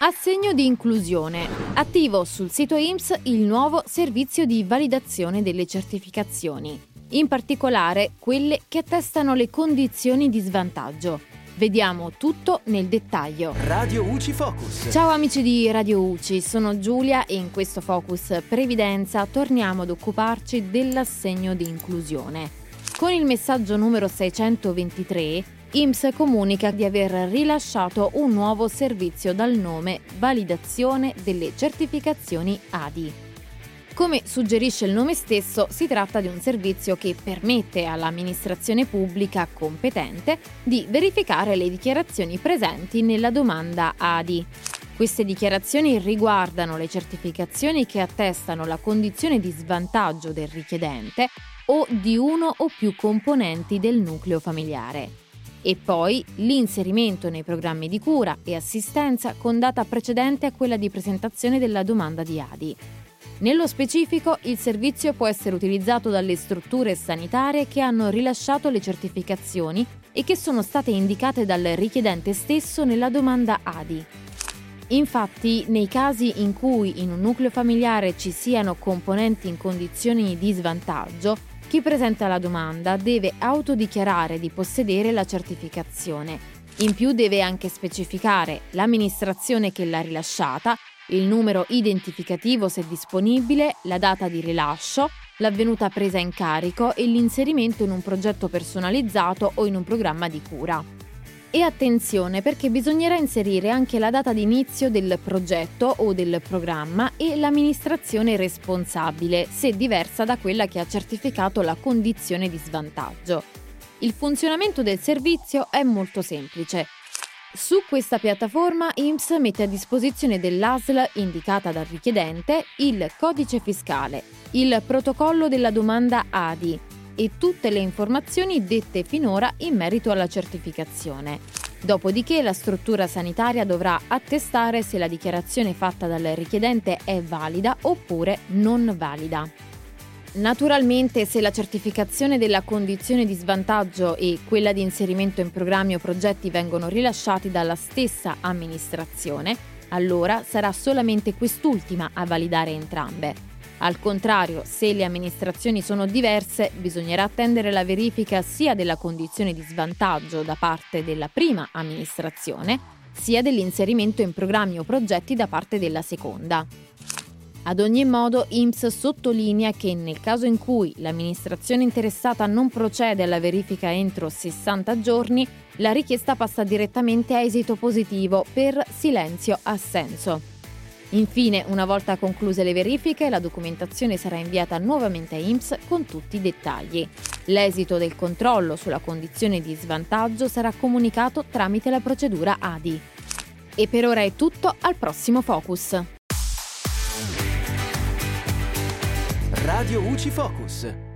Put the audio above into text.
Assegno di inclusione. Attivo sul sito INPS il nuovo servizio di validazione delle certificazioni, in particolare quelle che attestano le condizioni di svantaggio. Vediamo tutto nel dettaglio. Radio UCI Focus. Ciao amici di Radio UCI, sono Giulia e in questo Focus Previdenza torniamo ad occuparci dell'assegno di inclusione. Con il messaggio numero 623 INPS comunica di aver rilasciato un nuovo servizio dal nome Validazione delle certificazioni ADI. Come suggerisce il nome stesso, si tratta di un servizio che permette all'amministrazione pubblica competente di verificare le dichiarazioni presenti nella domanda ADI. Queste dichiarazioni riguardano le certificazioni che attestano la condizione di svantaggio del richiedente o di uno o più componenti del nucleo familiare. E poi l'inserimento nei programmi di cura e assistenza con data precedente a quella di presentazione della domanda di ADI. Nello specifico, il servizio può essere utilizzato dalle strutture sanitarie che hanno rilasciato le certificazioni e che sono state indicate dal richiedente stesso nella domanda ADI. Infatti, nei casi in cui in un nucleo familiare ci siano componenti in condizioni di svantaggio, chi presenta la domanda deve autodichiarare di possedere la certificazione. In più deve anche specificare l'amministrazione che l'ha rilasciata, il numero identificativo se disponibile, la data di rilascio, l'avvenuta presa in carico e l'inserimento in un progetto personalizzato o in un programma di cura. E attenzione, perché bisognerà inserire anche la data di inizio del progetto o del programma e l'amministrazione responsabile, se diversa da quella che ha certificato la condizione di svantaggio. Il funzionamento del servizio è molto semplice. Su questa piattaforma INPS mette a disposizione dell'ASL indicata dal richiedente il codice fiscale, il protocollo della domanda ADI e tutte le informazioni dette finora in merito alla certificazione. Dopodiché la struttura sanitaria dovrà attestare se la dichiarazione fatta dal richiedente è valida oppure non valida. Naturalmente, se la certificazione della condizione di svantaggio e quella di inserimento in programmi o progetti vengono rilasciati dalla stessa amministrazione, allora sarà solamente quest'ultima a validare entrambe. Al contrario, se le amministrazioni sono diverse, bisognerà attendere la verifica sia della condizione di svantaggio da parte della prima amministrazione, sia dell'inserimento in programmi o progetti da parte della seconda. Ad ogni modo, INPS sottolinea che nel caso in cui l'amministrazione interessata non procede alla verifica entro 60 giorni, la richiesta passa direttamente a esito positivo per silenzio assenso. Infine, una volta concluse le verifiche, la documentazione sarà inviata nuovamente a INPS con tutti i dettagli. L'esito del controllo sulla condizione di svantaggio sarà comunicato tramite la procedura ADI. E per ora è tutto, al prossimo Focus. Radio UCI Focus.